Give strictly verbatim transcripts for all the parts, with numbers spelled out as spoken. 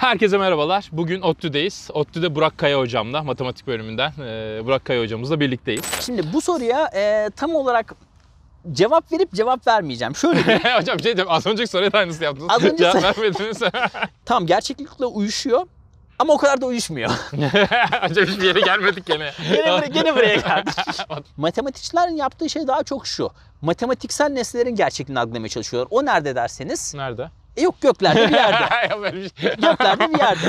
Herkese merhabalar. Bugün ODTÜ'deyiz. ODTÜ'de Burak Kaya hocamla, matematik bölümünden e, Burak Kaya hocamızla birlikteyiz. Şimdi bu soruya e, tam olarak cevap verip cevap vermeyeceğim. Şöyle diyeyim. Hocam şey diyeyim, az önceki soruya da aynısını yaptınız. Az önce cevap sen... vermediniz. Tamam, gerçeklikle uyuşuyor ama o kadar da uyuşmuyor. Hocam hiçbir yere gelmedik gene. Gene buraya, gene buraya geldik. Matematikçilerin yaptığı şey daha çok şu. Matematiksel nesnelerin gerçekliğini algılamaya çalışıyorlar. O nerede derseniz? Nerede? E yok, göklerde bir yerde. Göklerde bir yerde.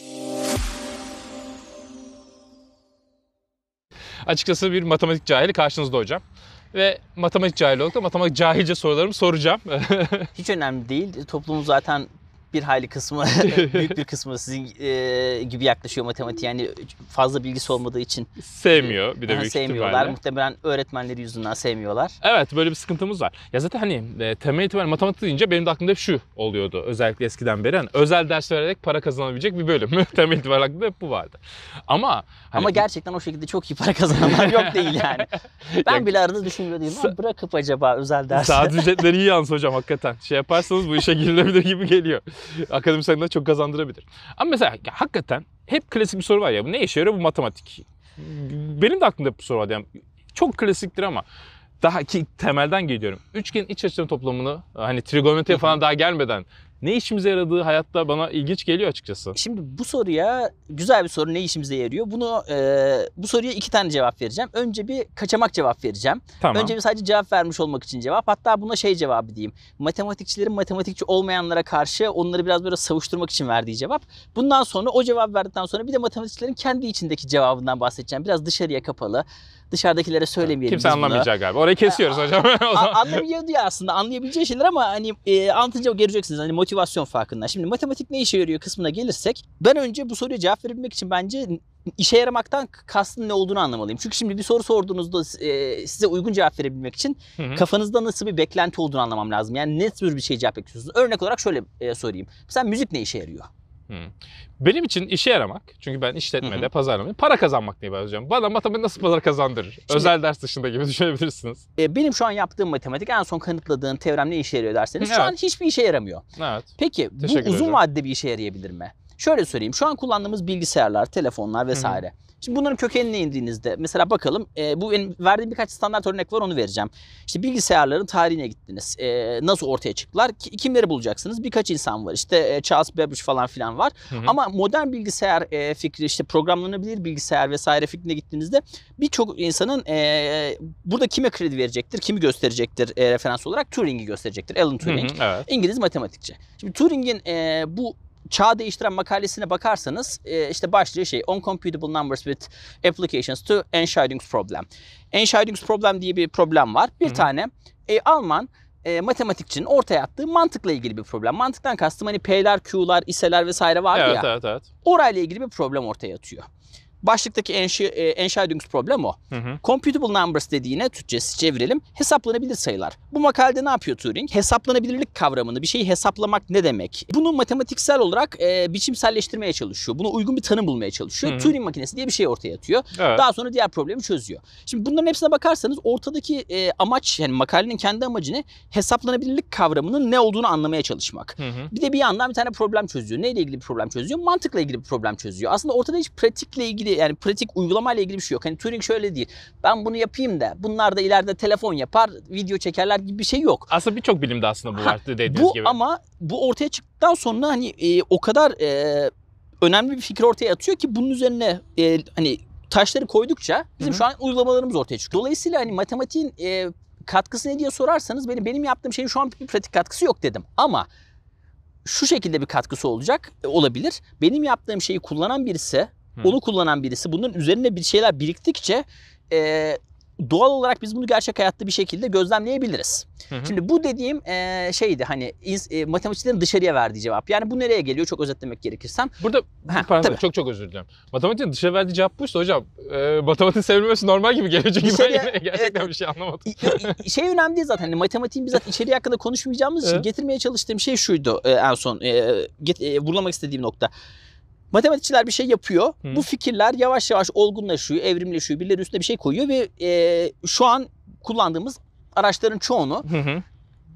Açıkçası bir matematik cahili karşınızda hocam. Ve matematik cahili olarak da matematik cahilce sorularımı soracağım. Hiç önemli değil. Toplumun zaten bir hayli kısmı, büyük bir kısmı sizin e, gibi yaklaşıyor matematiğe. Yani fazla bilgisi olmadığı için sevmiyor bir de büyük sevmiyorlar. ihtimalle. Muhtemelen öğretmenleri yüzünden sevmiyorlar. Evet, böyle bir sıkıntımız var. Ya zaten hani e, temel itibariyle matematik deyince benim de aklımda hep şu oluyordu. Özellikle eskiden beri hani özel ders vererek para kazanabilecek bir bölüm. Temel itibariyle aklımda hep bu vardı. Ama hani, ama gerçekten o şekilde çok iyi para kazananlar yok değil yani. Ben ya, bile arada düşünmüyor değilim ama bırakıp acaba özel ders. Saat ücretleri iyi yalnız hocam hakikaten. Şey yaparsanız bu işe girilebilir gibi geliyor. Akademisyenler çok kazandırabilir. Ama mesela ya, hakikaten hep klasik bir soru var ya. Bu ne işe yarıyor bu matematik? Benim de aklımda hep bu soru var. Yani çok klasiktir ama daha ki temelden geliyorum. Üçgenin iç açılarının toplamını hani trigonometriye falan daha gelmeden ne işimize yaradığı hayatta bana ilginç geliyor açıkçası. Şimdi bu soruya güzel bir soru, ne işimize yarıyor? Bunu e, bu soruya iki tane cevap vereceğim. Önce bir kaçamak cevap vereceğim. Tamam. Önce bir sadece cevap vermiş olmak için cevap. Hatta buna şey cevabı diyeyim. Matematikçilerin matematikçi olmayanlara karşı onları biraz böyle savuşturmak için verdiği cevap. Bundan sonra o cevap verdikten sonra bir de matematikçilerin kendi içindeki cevabından bahsedeceğim. Biraz dışarıya kapalı. Dışarıdakilere söylemeyelim. Kimse anlamayacak galiba. Orayı kesiyoruz hocam. Anlayabiliyor diyor aslında. Anlayabileceği şeyler ama hani e, anlatınca göreceksiniz. Hani motivasyon farkında. Şimdi matematik ne işe yarıyor kısmına gelirsek, ben önce bu soruya cevap verebilmek için bence işe yaramaktan kastın ne olduğunu anlamalıyım. Çünkü şimdi bir soru sorduğunuzda e, size uygun cevap verebilmek için hı hı. kafanızda nasıl bir beklenti olduğunu anlamam lazım. Yani ne tür bir şey cevap bekliyorsunuz? Örnek olarak şöyle e, sorayım. Mesela müzik ne işe yarıyor? Hmm. Benim için işe yaramak, çünkü ben işletmede, hı hı. pazarlamada para kazanmak diye hocam. Bana matematik nasıl para kazandırır? Şimdi, özel ders dışında gibi düşünebilirsiniz. E, benim şu an yaptığım matematik, en son kanıtladığım teorem ne işe yarıyor derseniz evet. şu an hiçbir işe yaramıyor. Evet. Peki bu uzun hocam. vadede bir işe yarayabilir mi? Şöyle söyleyeyim. Şu an kullandığımız bilgisayarlar, telefonlar vesaire. Hı hı. Şimdi bunların kökenine indiğinizde mesela bakalım, e, bu benim verdiğim birkaç standart örnek var, onu vereceğim. İşte bilgisayarların tarihine gittiniz. E, nasıl ortaya çıktılar? Kimleri bulacaksınız? Birkaç insan var. İşte e, Charles Babbage falan filan var. Hı hı. Ama modern bilgisayar e, fikri, işte programlanabilir bilgisayar vesaire fikrine gittiğinizde birçok insanın e, burada kime kredi verecektir, kimi gösterecektir e, referans olarak? Turing'i gösterecektir. Alan Turing. Hı hı, evet. İngiliz matematikçi. Şimdi Turing'in e, bu çağ değiştiren makalesine bakarsanız işte başlığı şey uncomputable numbers with applications to Einsteinian's problem. Einsteinian's problem diye bir problem var. Bir Hı-hı. tane e, Alman e, matematikçinin ortaya attığı mantıkla ilgili bir problem. Mantıktan kastım hani P'ler, Q'lar, iseler vesaire vardı evet, ya. Evet, evet. Orayla ilgili bir problem ortaya atıyor. Başlıktaki Einstein's problem o. Hı hı. Computable numbers dediğine Türkçesi çevirelim. Hesaplanabilir sayılar. Bu makalede ne yapıyor Turing? Hesaplanabilirlik kavramını, bir şeyi hesaplamak ne demek? Bunu matematiksel olarak e, biçimselleştirmeye çalışıyor. Buna uygun bir tanım bulmaya çalışıyor. Hı hı. Turing makinesi diye bir şey ortaya atıyor. Evet. Daha sonra diğer problemi çözüyor. Şimdi bunların hepsine bakarsanız ortadaki e, amaç, yani makalenin kendi amacı ne? Hesaplanabilirlik kavramının ne olduğunu anlamaya çalışmak. Hı hı. Bir de bir yandan bir tane problem çözüyor. Neyle ilgili bir problem çözüyor? Mantıkla ilgili bir problem çözüyor. Aslında ortada hiç pratikle ilgili, yani pratik uygulamayla ilgili bir şey yok. Hani Turing şöyle değil. Ben bunu yapayım da bunlar da ileride telefon yapar, video çekerler gibi bir şey yok. Aslında birçok bilimde aslında bu var dediğiniz bu, gibi. Ama bu ortaya çıktıktan sonra hani e, o kadar e, önemli bir fikir ortaya atıyor ki bunun üzerine e, hani taşları koydukça bizim Hı-hı. şu an uygulamalarımız ortaya çıkıyor. Dolayısıyla hani matematiğin e, katkısı ne diye sorarsanız benim benim yaptığım şeyin şu an bir pratik katkısı yok dedim. Ama şu şekilde bir katkısı olacak, e, olabilir. Benim yaptığım şeyi kullanan birisi, Hı. onu kullanan birisi, bunun üzerine bir şeyler biriktikçe e, doğal olarak biz bunu gerçek hayatta bir şekilde gözlemleyebiliriz. Hı hı. Şimdi bu dediğim e, şeydi hani e, matematikçilerin dışarıya verdiği cevap. Yani bu nereye geliyor çok özetlemek gerekirsem. Burada ha, pardon, çok çok özür dilerim. Matematiğin dışarı verdiği cevap buysa hocam e, matematiğin sevilmesi normal gibi geliyor. Çünkü dışarıya, ben gerçekten evet, bir şey anlamadım. Şey önemli değil zaten. Hani matematiğin bizzat içeriği hakkında konuşmayacağımız için evet. getirmeye çalıştığım şey şuydu e, en son e, get, e, vurgulamak istediğim nokta. Matematikçiler bir şey yapıyor. Hı. Bu fikirler yavaş yavaş olgunlaşıyor, evrimleşiyor, birileri üstüne bir şey koyuyor ve e, şu an kullandığımız araçların çoğunu hı hı.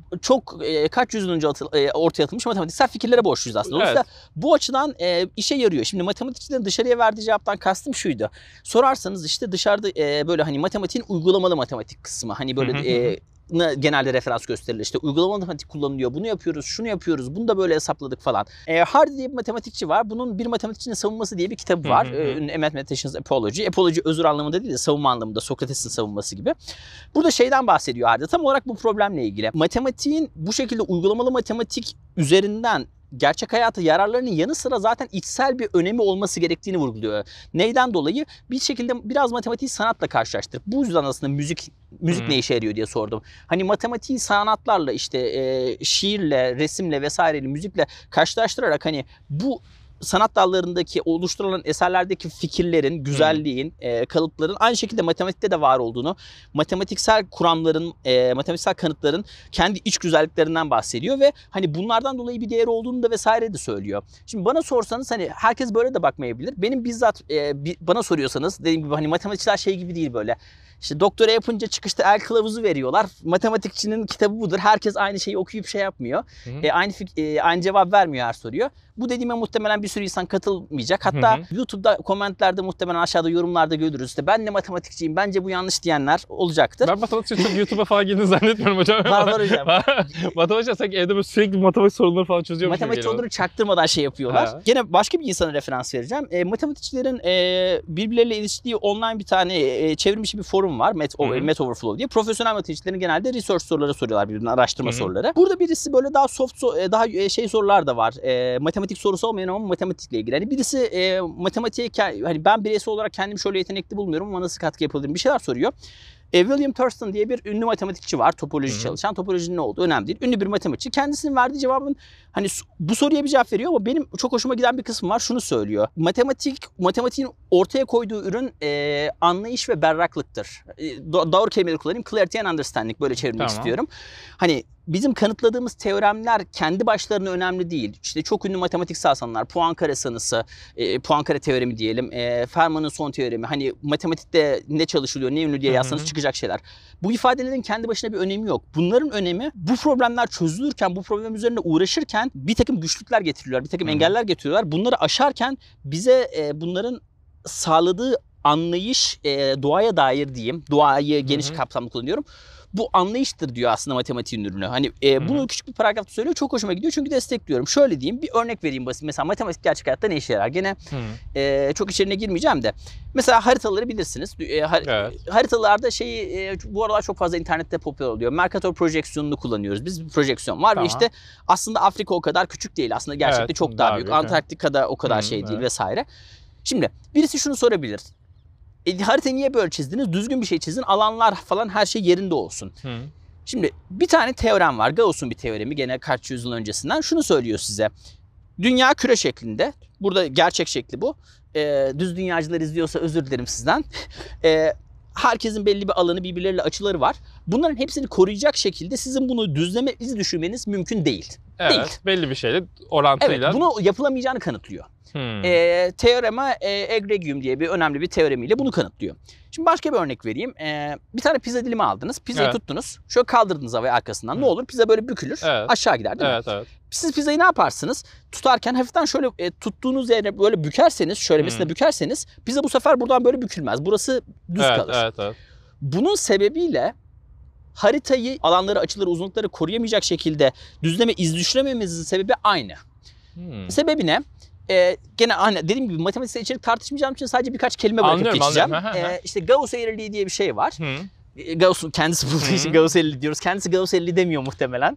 çok e, kaç yüzyıl önce atıl, e, ortaya atılmış matematiksel fikirlere borçluyuz aslında. Evet. Dolayısıyla bu açıdan e, işe yarıyor. Şimdi matematikçilerin dışarıya verdiği cevaptan kastım şuydu. Sorarsanız işte dışarıda e, böyle hani matematiğin uygulamalı matematik kısmı. Hani böyle... Hı hı e, genelde referans gösterilir. İşte uygulamalı matematik kullanılıyor. Bunu yapıyoruz, şunu yapıyoruz. Bunu da böyle hesapladık falan. E, Hardy diye bir matematikçi var. Bunun Bir Matematikçinin Savunması diye bir kitabı var. Hı hı hı. E, Mathematician's Apology. Apology özür anlamında değil de savunma anlamında. Sokrates'in savunması gibi. Burada şeyden bahsediyor Hardy. Tam olarak bu problemle ilgili. Matematiğin bu şekilde uygulamalı matematik üzerinden gerçek hayata yararlarının yanı sıra zaten içsel bir önemi olması gerektiğini vurguluyor. Neyden dolayı? Bir şekilde biraz matematiği sanatla karşılaştırıp bu yüzden aslında müzik müzik Hmm. ne işe yarıyor diye sordum. Hani matematiği sanatlarla işte e, şiirle, resimle vesaireyle, müzikle karşılaştırarak hani bu sanat dallarındaki oluşturulan eserlerdeki fikirlerin, güzelliğin, e, kalıpların aynı şekilde matematikte de var olduğunu, matematiksel kuramların, e, matematiksel kanıtların kendi iç güzelliklerinden bahsediyor ve hani bunlardan dolayı bir değeri olduğunu da vesaire de söylüyor. Şimdi bana sorsanız hani herkes böyle de bakmayabilir. Benim bizzat e, bir, bana soruyorsanız dediğim gibi hani matematikçiler şey gibi değil böyle. İşte doktora yapınca çıkışta el kılavuzu veriyorlar. Matematikçinin kitabı budur. Herkes aynı şeyi okuyup şey yapmıyor. Hı hı. E, aynı e, aynı cevap vermiyor her soruya. Bu dediğime muhtemelen bir sürü insan katılmayacak. Hatta Hı hı. YouTube'da komentlerde muhtemelen aşağıda yorumlarda görürüz. İşte ben de matematikçiyim. Bence bu yanlış diyenler olacaktır. Ben matematikçi çok YouTube'a falan girdiğini zannetmiyorum hocam. Var var hocam. Matematikçi sanki evde böyle sürekli matematik sorunları falan çözüyormuş gibi Matematikçi geliyor. olduğunu çaktırmadan şey yapıyorlar. Ha. Gene başka bir insana referans vereceğim. E, matematikçilerin e, birbirleriyle iliştiği online bir tane e, çevrimiçi bir forum var. Met, Hı hı. Met Overflow diye. Profesyonel matematikçilerin genelde research soruları soruyorlar birbirine, araştırma Hı hı. soruları. Burada birisi böyle daha soft, so- e, daha e, şey sorular da var. E, matematik sorusu olmayan ama matematikle ilgili. Hani birisi e, matematiğe ke- hani ben bireysel olarak kendimi şöyle yetenekli bulmuyorum ama nasıl katkı yapabilirim bir şeyler soruyor. E, William Thurston diye bir ünlü matematikçi var. Topoloji Hı-hı. çalışan. Topolojinin ne olduğu önemli değil. Ünlü bir matematikçi. Kendisinin verdiği cevabın hani bu soruya bir cevap veriyor ama benim çok hoşuma giden bir kısmı var. Şunu söylüyor. Matematik, matematiğin ortaya koyduğu ürün e, anlayış ve berraklıktır. E, do- doğru kelimeleri kullanayım. Clarity and understanding böyle çevirmek Tamam. istiyorum. Hani bizim kanıtladığımız teoremler kendi başlarına önemli değil. İşte çok ünlü matematiksel sanatlar, Poincare sanısı, e, Poincare teoremi diyelim, e, Fermat'ın son teoremi. Hani matematikte ne çalışılıyor, ne ünlü diye yazsanız Hı hı. çıkacak şeyler. Bu ifadelerin kendi başına bir önemi yok. Bunların önemi bu problemler çözülürken, bu problem üzerine uğraşırken bir takım güçlükler getiriyorlar, bir takım Hı hı. engeller getiriyorlar. Bunları aşarken bize e, bunların sağladığı anlayış, e, doğaya dair diyeyim, doğayı geniş Hı hı. kapsamlı kullanıyorum. Bu anlayıştır diyor aslında matematiğin ürünü. Hani e, Hı hı. bunu küçük bir paragrafta söylüyor. Çok hoşuma gidiyor çünkü destekliyorum. Şöyle diyeyim, bir örnek vereyim basit. Mesela matematik gerçek hayatta ne işe yarar? Gene Hı. e, çok içerine girmeyeceğim de. Mesela haritaları bilirsiniz. E, har- Evet. Haritalarda şeyi e, bu aralar çok fazla internette popüler oluyor. Mercator projeksiyonunu kullanıyoruz. Biz bir projeksiyon var Tamam. ve işte aslında Afrika o kadar küçük değil. Aslında gerçekte Evet, çok daha, daha büyük. büyük, Antarktika'da o kadar Hı, şey değil evet. vesaire. Şimdi birisi şunu sorabilir. E, haritayı niye böyle çizdiniz? Düzgün bir şey çizin. Alanlar falan her şey yerinde olsun. Hı. Şimdi bir tane teorem var. Gauss'un bir teoremi gene kaç yüzyıl öncesinden. Şunu söylüyor size. Dünya küre şeklinde. Burada gerçek şekli bu. Ee, düz dünyacılar izliyorsa özür dilerim sizden. Ee, herkesin belli bir alanı, birbirleriyle açıları var. Bunların hepsini koruyacak şekilde sizin bunu düzleme iz düşürmeniz mümkün değil. Evet. Değil. Belli bir şeyle Evet, orantıyla. bunu yapılamayacağını kanıtlıyor. Hı. E, teorema e, egregium diye bir önemli bir teoremiyle bunu kanıtlıyor. Şimdi başka bir örnek vereyim. E, bir tane pizza dilimi aldınız. Pizzayı Evet. tuttunuz. Şöyle kaldırdınız havaya arkasından. Hı. Ne olur? Pizza böyle bükülür. Evet. Aşağı gider değil mi? Evet, evet. Siz pizzayı ne yaparsınız? Tutarken hafiften şöyle e, tuttuğunuz yere böyle bükerseniz, şöyle Hı. mesela bükerseniz pizza bu sefer buradan böyle bükülmez. Burası düz Evet, kalır. evet, evet. Bunun sebebiyle haritayı, alanları, açıları, uzunlukları koruyamayacak şekilde düzleme iz düşüremememizin sebebi aynı. Hı. Sebebi ne? Ee, gene hani dediğim gibi matematiksel içerik tartışmayacağım için sadece birkaç kelime bırakıp Anlıyorum, geçeceğim. anlıyorum. Ee, işte Gauss eğriliği diye bir şey var. Hı. Ee, Gauss'un kendisi bulduğu için Hı. Gauss eğriliği diyoruz. Kendisi Gauss eğriliği demiyor muhtemelen.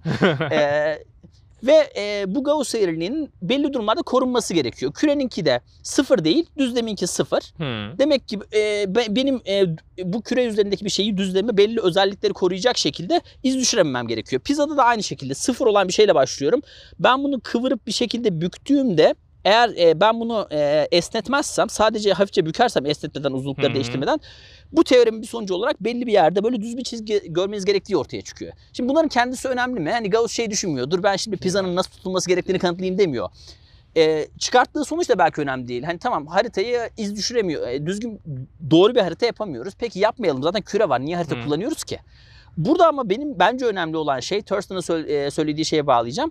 ee, ve e, bu Gauss eğriliğinin belli durumlarda korunması gerekiyor. Küreninki de sıfır değil, düzleminki sıfır. Hı. Demek ki e, be, benim e, bu küre üzerindeki bir şeyi düzleme belli özellikleri koruyacak şekilde iz düşürememem gerekiyor. Pizzada da aynı şekilde sıfır olan bir şeyle başlıyorum. Ben bunu kıvırıp bir şekilde büktüğümde eğer e, ben bunu e, esnetmezsem, sadece hafifçe bükersem esnetmeden, uzunlukları Hı-hı. değiştirmeden bu teoremin bir sonucu olarak belli bir yerde böyle düz bir çizgi görmeniz gerektiği ortaya çıkıyor. Şimdi bunların kendisi önemli mi? Hani Gauss şey düşünmüyor. Dur ben şimdi pizzanın nasıl tutulması gerektiğini kanıtlayayım demiyor. E, çıkarttığı sonuç da belki önemli değil. Hani tamam haritayı iz düşüremiyor. E, düzgün doğru bir harita yapamıyoruz. Peki yapmayalım. Zaten küre var. Niye harita Hı. kullanıyoruz ki? Burada ama benim bence önemli olan şey, Thurston'ın söylediği şeye bağlayacağım.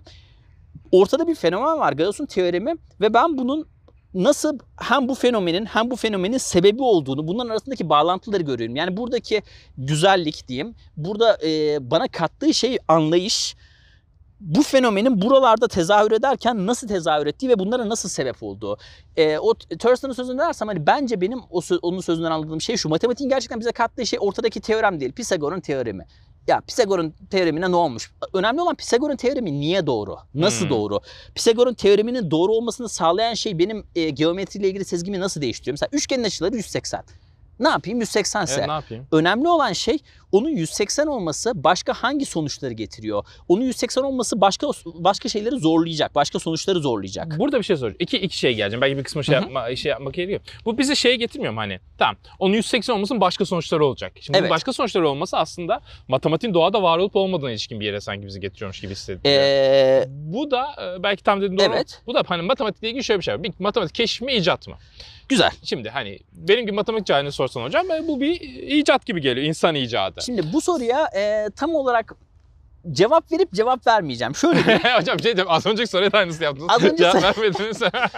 Ortada bir fenomen var, Gauss'un teoremi ve ben bunun nasıl hem bu fenomenin hem bu fenomenin sebebi olduğunu, bunların arasındaki bağlantıları görüyorum. Yani buradaki güzellik diyeyim, burada e, bana kattığı şey anlayış, bu fenomenin buralarda tezahür ederken nasıl tezahür ettiği ve bunlara nasıl sebep olduğu. E, o Thurston'ın sözünü dersem hani bence benim o onun sözünden anladığım şey şu: matematiğin gerçekten bize kattığı şey ortadaki teorem değil, Pisagor'un teoremi. Ya Pisagor'un teoremine ne olmuş? Önemli olan Pisagor'un teoremi niye doğru? Nasıl hmm. doğru? Pisagor'un teoreminin doğru olmasını sağlayan şey benim e, geometriyle ilgili sezgimi nasıl değiştiriyor? Mesela üçgenin açıları yüz seksen. Ne yapayım? yüz seksen ise. Evet, ne yapayım? Önemli olan şey onun yüz seksen olması başka hangi sonuçları getiriyor? Onun yüz seksen olması başka başka şeyleri zorlayacak, başka sonuçları zorlayacak. Burada bir şey soracağım. İki iki şey geleceğim. Belki bir kısmı şey yapma, şey yapmak gerekiyor. Bu bizi şeye getirmiyor mu hani? Tamam. Onun yüz seksen olmasının başka sonuçları olacak. Şimdi evet. başka sonuçları olması aslında matematiğin doğada var olup olmadığına ilişkin bir yere sanki bizi getiriyormuş gibi hissediyor. Ee... Bu da belki tam dediğin doğru. Evet. Bu da hani matematikle ilgili şöyle bir şey var. Bir matematik keşif mi, icat mı? Güzel. Şimdi hani benim gibi matematikçi haline sorsan hocam, bu bir icat gibi geliyor. İnsan icadı. Şimdi bu soruya e, tam olarak cevap verip cevap vermeyeceğim. Şöyle diyeyim. Hocam şey diyeyim, az önceki soruya da aynısını yaptınız. Az önce cevap vermediniz.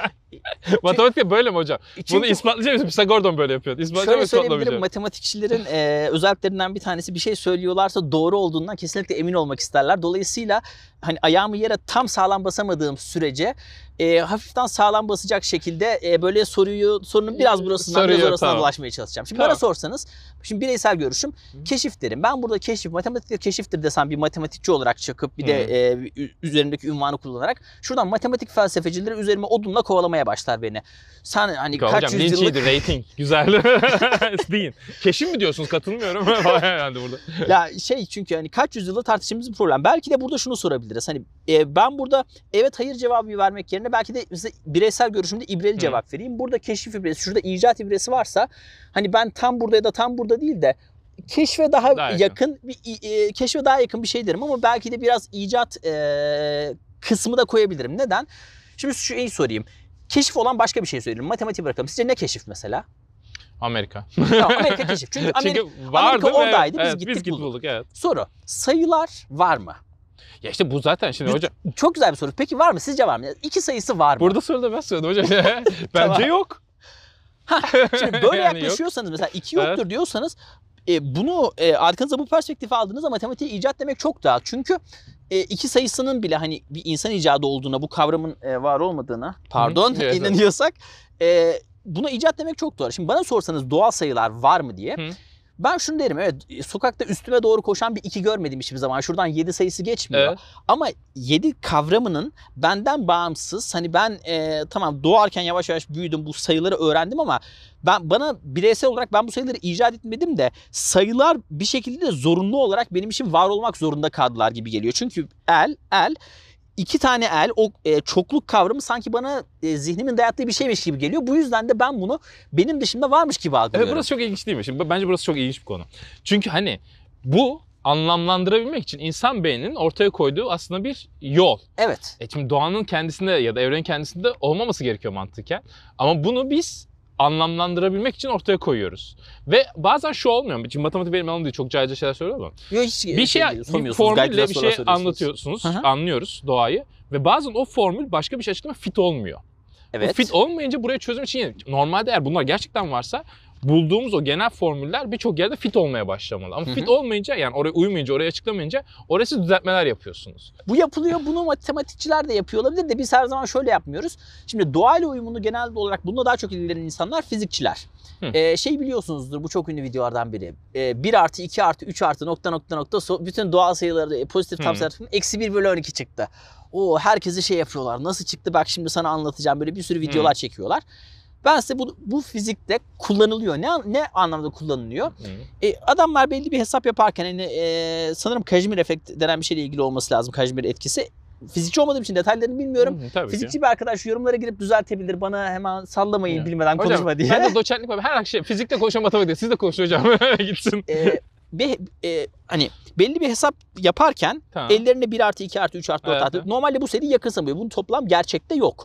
Matematikte böyle mi hocam? Çünkü, Bunu ispatlayacak mısın? Pisagor'dan böyle yapıyordu. Şöyle söyleyebilirim, matematikçilerin e, özelliklerinden bir tanesi, bir şey söylüyorlarsa doğru olduğundan kesinlikle emin olmak isterler. Dolayısıyla hani ayağımı yere tam sağlam basamadığım sürece e, hafiften sağlam basacak şekilde e, böyle soruyu sorunun biraz burasından Soruyor, biraz orasına tamam. dolaşmaya çalışacağım. Şimdi tamam. bana sorsanız, şimdi bireysel görüşüm keşif derim. Ben burada keşif, matematikte keşiftir desem bir matematikçi olarak çıkıp bir Hı. de e, üzerindeki ünvanı kullanarak şuradan matematik felsefecileri üzerime odunla kovalamaya başlar beni. Sen hani Hocam, kaç yüzyıllık... Hocam rating güzel. Deyin. Keşif mi diyorsunuz? Katılmıyorum. Herhalde burada. Ya şey, çünkü hani kaç yüzyılda tartıştığımız bir problem. Belki de burada şunu sorabiliriz. Hani e, ben burada evet hayır cevabı vermek yerine belki de bireysel görüşümde ibreli Hı. cevap vereyim. Burada keşif ibresi, şurada icat ibresi varsa hani ben tam burada ya da tam burada değil de keşfe daha, daha yakın, yakın bir e, keşfe daha yakın bir şey derim ama belki de biraz icat e, kısmı da koyabilirim. Neden? Şimdi şu şeyi sorayım. Keşif olan başka bir şey söyleyeyim. Matematiği bırakalım. Sizce ne keşif mesela? Amerika. Tamam, Amerika keşif. Çünkü, Amerika, Çünkü vardı Amerika oradaydı. Biz evet, gittik, biz gittik bulduk. bulduk. Evet. Soru. Sayılar var mı? Ya işte bu zaten şimdi hocam. Çok güzel bir soru. Peki var mı? Sizce var mı? İki sayısı var mı? Burada soruda ben söyledim hocam. Bence tamam. yok. Ha, şimdi böyle yani yaklaşıyorsanız yok. Mesela iki yoktur evet. diyorsanız e, bunu e, arkanıza bu perspektifi aldığınızda matematiği icat demek çok daha. Çünkü e, iki sayısının bile hani bir insan icadı olduğuna, bu kavramın e, var olmadığına pardon evet, inanıyorsak e, buna icat demek çok doğru. Şimdi bana sorsanız doğal sayılar var mı diye. Hı. Ben şunu derim, evet, sokakta üstüme doğru koşan bir iki görmedim hiçbir zaman. Şuradan yedi sayısı geçmiyor. Evet. Ama yedi kavramının benden bağımsız, hani ben e, tamam doğarken yavaş yavaş büyüdüm, bu sayıları öğrendim ama ben bana bireysel olarak ben bu sayıları icat etmedim de sayılar bir şekilde de zorunlu olarak benim için var olmak zorunda kaldılar gibi geliyor. Çünkü el, el İki tane el, o e, çokluk kavramı sanki bana e, zihnimin dayattığı bir şeymiş gibi geliyor. Bu yüzden de ben bunu benim dışımda varmış gibi algılıyorum. Evet, burası çok ilginç değil mi? Şimdi bence burası çok ilginç bir konu. Çünkü hani bu anlamlandırabilmek için insan beyninin ortaya koyduğu aslında bir yol. Evet. E şimdi doğanın kendisinde ya da evrenin kendisinde olmaması gerekiyor mantıken. Ama bunu biz anlamlandırabilmek için ortaya koyuyoruz. Ve bazen şu olmuyor. Şimdi matematik benim alanım değil. Çok cahilce şeyler söylüyorum ama. Yok, hiç bir şey, bir formülle bir şey anlatıyorsunuz. Hı-hı. Anlıyoruz doğayı. Ve bazen o formül başka bir şey açıklama fit olmuyor. Evet. O fit olmayınca buraya çözüm için yine, normalde eğer bunlar gerçekten varsa bulduğumuz o genel formüller birçok yerde fit olmaya başlamalı. Ama Hı-hı. fit olmayınca, yani oraya uymayınca, oraya açıklamayınca oraya siz düzeltmeler yapıyorsunuz. Bu yapılıyor. Bunu matematikçiler de yapıyor olabilir de biz her zaman şöyle yapmıyoruz. Şimdi doğayla uyumunu genel olarak bununla daha çok ilgilenen insanlar fizikçiler. Ee, şey biliyorsunuzdur, bu çok ünlü videolardan biri. Ee, bir artı iki artı üç artı nokta nokta nokta so- bütün doğal sayıları pozitif tam sayılar eksi bir bölü on iki çıktı. Oo, herkesi şey yapıyorlar. Nasıl çıktı bak şimdi sana anlatacağım. Böyle bir sürü videolar Hı. çekiyorlar. Ben size bu, bu fizikte kullanılıyor. Ne ne anlamda kullanılıyor? E, adamlar belli bir hesap yaparken hani, e, sanırım Kajmir efekt denen bir şeyle ilgili olması lazım. Kajmir etkisi. Fizikçi olmadığım için detaylarını bilmiyorum. Hı, Fizikçi ki. bir arkadaş yorumlara girip düzeltebilir. Bana hemen sallamayın ya. bilmeden hocam, konuşma diye. Ben de doçentlik var. Her şey fizikte konuşan matematik. Siz de konuşun hocam. Gitsin. E, bir, e, hani belli bir hesap yaparken tamam. ellerinde bir artı iki artı üç artı dört evet, artı. Evet. Normalde bu seri yakın sanıyor. Bunun toplam gerçekte yok.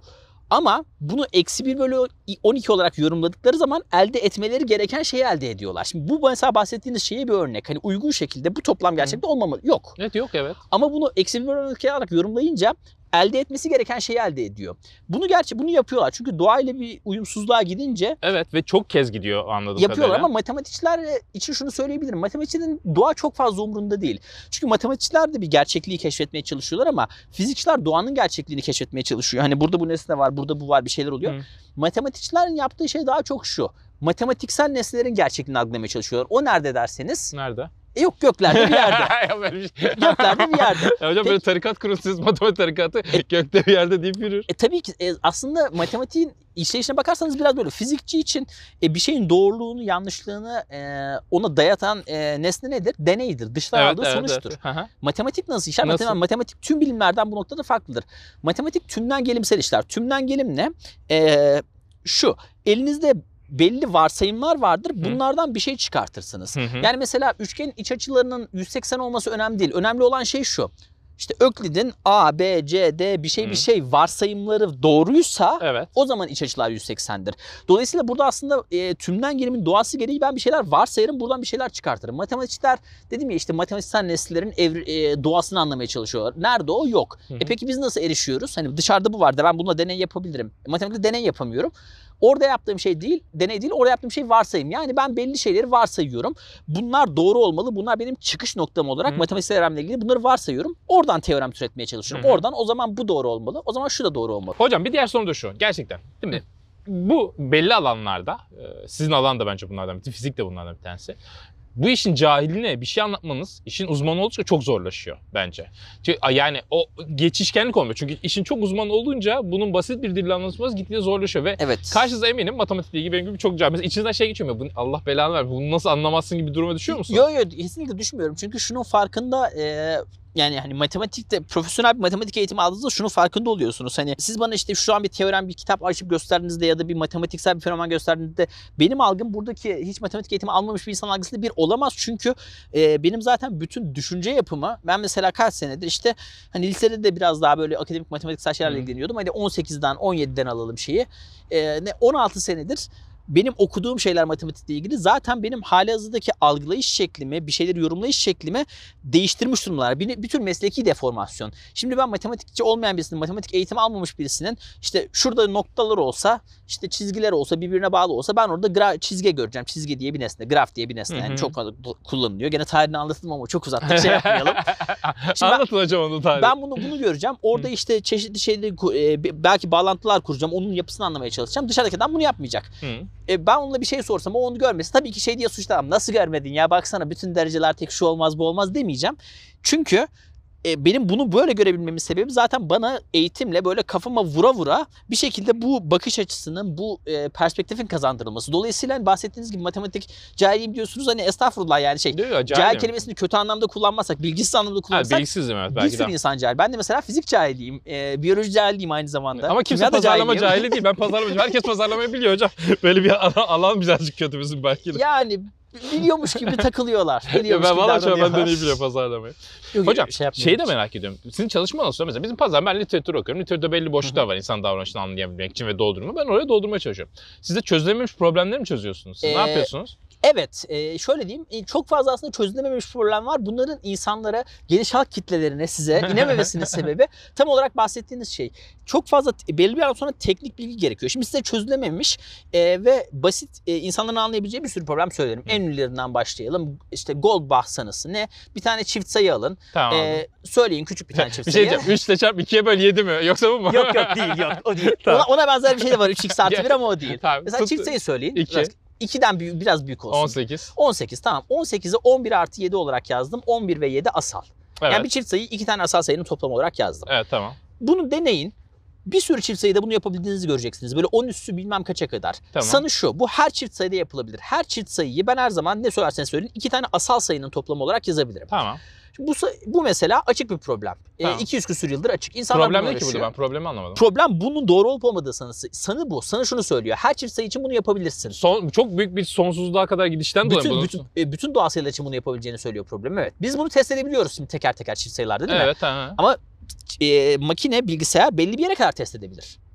Ama bunu eksi bir bölü on iki olarak yorumladıkları zaman elde etmeleri gereken şeyi elde ediyorlar. Şimdi bu mesela bahsettiğiniz şeye bir örnek. Hani uygun şekilde bu toplam gerçekte olmamalı. Yok. Evet yok evet. Ama bunu eksi bir bölü on iki olarak yorumlayınca elde etmesi gereken şeyi elde ediyor. Bunu gerçi bunu yapıyorlar. Çünkü doğayla bir uyumsuzluğa gidince evet ve çok kez gidiyor anladığım yapıyorlar kadarıyla. ama matematikçiler için şunu söyleyebilirim. Matematikçilerin doğa çok fazla umurunda değil. Çünkü matematikçiler de bir gerçekliği keşfetmeye çalışıyorlar ama fizikçiler doğanın gerçekliğini keşfetmeye çalışıyor. Hani burada bu nesne var, burada bu var, bir şeyler oluyor. Hı. Matematikçilerin yaptığı şey daha çok şu. Matematiksel nesnelerin gerçekliğini algılamaya çalışıyorlar. O nerede derseniz? Nerede? E yok göklerde bir yerde. şey. Göklerde bir yerde. Ya hocam böyle tarikat kurulsunuz, matematik tarikatı e, gökte bir yerde deyip yürür. E, tabii ki e, aslında matematiğin işleyişine bakarsanız biraz böyle fizikçi için e, bir şeyin doğruluğunu, yanlışlığını e, ona dayatan e, nesne nedir? Deneydir. Dıştan evet, aldığı evet, sonuçtur. Evet. Matematik nasıl işler? Nasıl? Matematik, matematik tüm bilimlerden bu noktada farklıdır. Matematik tümden gelimsel işler. Tümden gelim ne? E, şu, elinizde belli varsayımlar vardır. Bunlardan bir şey çıkartırsınız. Hı hı. Yani mesela üçgenin iç açılarının yüz seksen olması önemli değil. Önemli olan şey şu. İşte Öklid'in A, B, C, D bir şey hı. bir şey varsayımları doğruysa evet. o zaman iç açılar yüz seksendir. Dolayısıyla burada aslında e, tümden gelimin doğası gereği ben bir şeyler varsayarım, buradan bir şeyler çıkartırım. Matematikçiler dedim ya işte matematiksel nesnelerin evri, e, doğasını anlamaya çalışıyorlar. Nerede o? Yok. Hı hı. E peki biz nasıl erişiyoruz? Hani dışarıda bu var da ben bununla deney yapabilirim. E, matematikte deney yapamıyorum. Orada yaptığım şey değil, deney değil, orada yaptığım şey varsayım. Yani ben belli şeyleri varsayıyorum. Bunlar doğru olmalı. Bunlar benim çıkış noktam olarak matematiksel evrenle ilgili bunları varsayıyorum. Oradan teorem türetmeye çalışıyorum. Hı-hı. Oradan o zaman bu doğru olmalı. O zaman şu da doğru olmalı. Hocam bir diğer soru da şu. Gerçekten değil mi? Hı. Bu belli alanlarda, sizin alan da bence bunlardan bir, fizik de bunlardan bir tanesi. Bu işin cahiline bir şey anlatmanız işin uzmanı oldukça çok zorlaşıyor bence. Yani o geçişkenlik olmuyor. Çünkü işin çok uzmanı olunca bunun basit bir dille anlatılması gitgide zorlaşıyor ve evet. karşınızda eminim matematikle ilgili benim gibi çok cahil. Mesela içinizden şey geçiyor mu? Allah belanı ver. Bunu nasıl anlamazsın gibi bir duruma düşüyor musun? Yok yok kesinlikle düşmüyorum. Çünkü şunun farkında e, yani hani matematikte profesyonel bir matematik eğitimi aldığınızda şunun farkında oluyorsunuz. Hani siz bana işte şu an bir teorem, bir kitap açıp gösterdiğinizde ya da bir matematiksel bir fenomen gösterdiğinizde benim algım buradaki hiç matematik eğitimi almamış bir insan algısında bir olamaz. Çünkü e, benim zaten bütün düşünce yapımı, ben mesela kaç senedir işte hani lisede de biraz daha böyle akademik matematiksel şeylerle hmm. ilgileniyordum. Hani on sekizden on yediden alalım şeyi. E, ne on altı senedir benim okuduğum şeyler matematikle ilgili zaten benim halihazırdaki algılayış şeklimi, bir şeyleri yorumlayış şeklimi değiştirmiş durumlar. Bir, bir tür mesleki deformasyon. Şimdi ben matematikçi olmayan birisinin, matematik eğitimi almamış birisinin işte şurada noktalar olsa, işte çizgiler olsa, birbirine bağlı olsa ben orada gra- çizgi göreceğim. Çizgi diye bir nesne, graf diye bir nesne. Yani çok fazla kullanılıyor. Gene tarihini anlatılmam ama çok uzattık, şey yapmayalım. Anlatın hocam onu tarihi. Ben bunu bunu göreceğim. Orada işte çeşitli şeyleri, belki bağlantılar kuracağım. Onun yapısını anlamaya çalışacağım. Dışarıdaki adam bunu yapmayacak. Hı. E ben onunla bir şey sorsam o onu görmesi tabii ki şey diye suçlamam. Nasıl görmedin ya, baksana bütün dereceler tek şu olmaz bu olmaz demeyeceğim. Çünkü e, benim bunu böyle görebilmemin sebebi zaten bana eğitimle böyle kafama vura vura bir şekilde bu bakış açısının, bu e, perspektifin kazandırılması. Dolayısıyla hani bahsettiğiniz gibi matematik cahiliyim diyorsunuz, hani estağfurullah yani şey. Diyor, cahil kelimesini kötü anlamda kullanmazsak, bilgisiz anlamda kullanırsak. Ha, bilgisizim evet belki bir sürü de. insan cahil. Ben de mesela fizik cahiliyim, e, biyoloji cahiliyim aynı zamanda. Ama kimse Kimya pazarlama cahili değil. Ben pazarlamacıyım. Herkes pazarlamayı biliyor hocam. Böyle bir alan, alan birazcık kötü bizim belki de. Yani biliyormuş gibi takılıyorlar. Ya ben valla şu an benden iyi biliyorum pazarlamayı. Yok, hocam şey şeyi de merak ediyorum. Sizin çalışma nasıl? Mesela bizim pazar, ben literatür okuyorum. Literatürde belli boşluklar var insan davranışını anlayabilmek için ve doldurma. Ben oraya doldurmaya çalışıyorum. Siz de çözülememiş problemleri mi çözüyorsunuz? Siz ee, ne yapıyorsunuz? Evet, e, şöyle diyeyim, çok fazla aslında çözülememiş problem var. Bunların insanlara, geniş halk kitlelerine, size inememesinin sebebi tam olarak bahsettiğiniz şey. Çok fazla belli bir an sonra teknik bilgi gerekiyor. Şimdi size çözülememiş e, ve basit e, insanların anlayabileceği bir sürü problem söylerim. En ünlülerinden başlayalım. İşte Goldbach sanısı ne? Bir tane çift sayı alın. Tamam. E, söyleyin küçük bir tane çift bir sayı. Bir şey diyeceğim. üç ile çarp ikiye böl yedi mi? Yoksa bu mu? Yok yok değil yok. O değil. Tamam. Ona, ona benzer bir şey de var. üç x artı bir ama o değil. Tamam. Mesela Tut, çift sayı söyleyin. iki. ikiden büyük, biraz büyük olsun. on sekiz. on sekiz tamam. on sekizi on bir artı yedi olarak yazdım. on bir ve yedi asal. Evet. Yani bir çift sayıyı iki tane asal sayının toplamı olarak yazdım. Evet tamam. Bunu deneyin. Bir sürü çift sayıda bunu yapabildiğinizi göreceksiniz. Böyle on üssü bilmem kaça kadar. Tamam. Sanı şu, bu her çift sayıda yapılabilir. Her çift sayıyı ben her zaman ne söylerseniz söyleyin iki tane asal sayının toplamı olarak yazabilirim. Tamam. Bu, bu mesela açık bir problem. Tamam. E, iki yüz küsür yıldır açık. İnsanlar problem ne ki burada, ben problemi anlamadım. Problem bunun doğru olup olmadığı sanısı. Sanı bu. Sanı şunu söylüyor. Her çift sayı için bunu yapabilirsin. Son, çok büyük bir sonsuzluğa kadar gidişten dolayı bütün, bütün, e, bütün doğal sayılar için bunu yapabileceğini söylüyor problem. Evet. Biz bunu test edebiliyoruz şimdi teker teker çift sayılarda değil evet, mi? Evet. Ama e, makine, bilgisayar belli bir yere kadar test edebilir.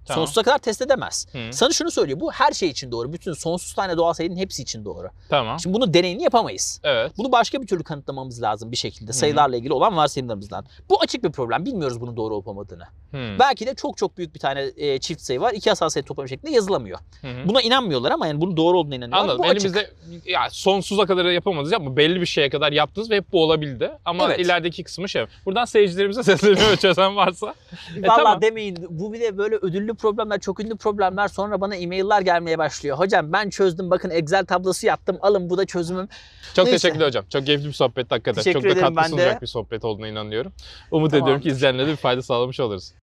Tamam. Sonsuza kadar test edemez. Hı. Sana şunu söylüyor. Bu her şey için doğru. Bütün sonsuz tane doğal sayının hepsi için doğru. Tamam. Şimdi bunu deneyini yapamayız. Evet. Bunu başka bir türlü kanıtlamamız lazım bir şekilde. Sayılarla ilgili olan varsayımlarımızdan. Bu açık bir problem. Bilmiyoruz bunun doğru olup olmadığını. Hı. Belki de çok çok büyük bir tane e, çift sayı var. İki asal sayı toplamı şeklinde yazılamıyor. Hı hı. Buna inanmıyorlar ama yani bunun doğru olduğuna inanıyorlar. Anladım. Bu açık. Elimizde ya sonsuza kadar yapamadınız ama belli bir şeye kadar yaptınız ve hep bu olabildi. Ama Evet. ilerideki kısmı şey. Buradan seyircilerimize sesleniyor çözen varsa. E, Vallahi tamam. demeyin. Bu bir de böyle ödüllü problemler, çok ünlü problemler. Sonra bana e-mailler gelmeye başlıyor. Hocam ben çözdüm. Bakın Excel tablosu yaptım. Alın bu da çözümüm. Çok Neyse. teşekkürler hocam. Çok keyifli bir sohbet hakikaten. Teşekkür Çok da ederim katkı ben de. sunacak bir sohbet olduğuna inanıyorum. Umut Tamamdır. ediyorum ki izleyenlere de bir fayda sağlamış oluruz.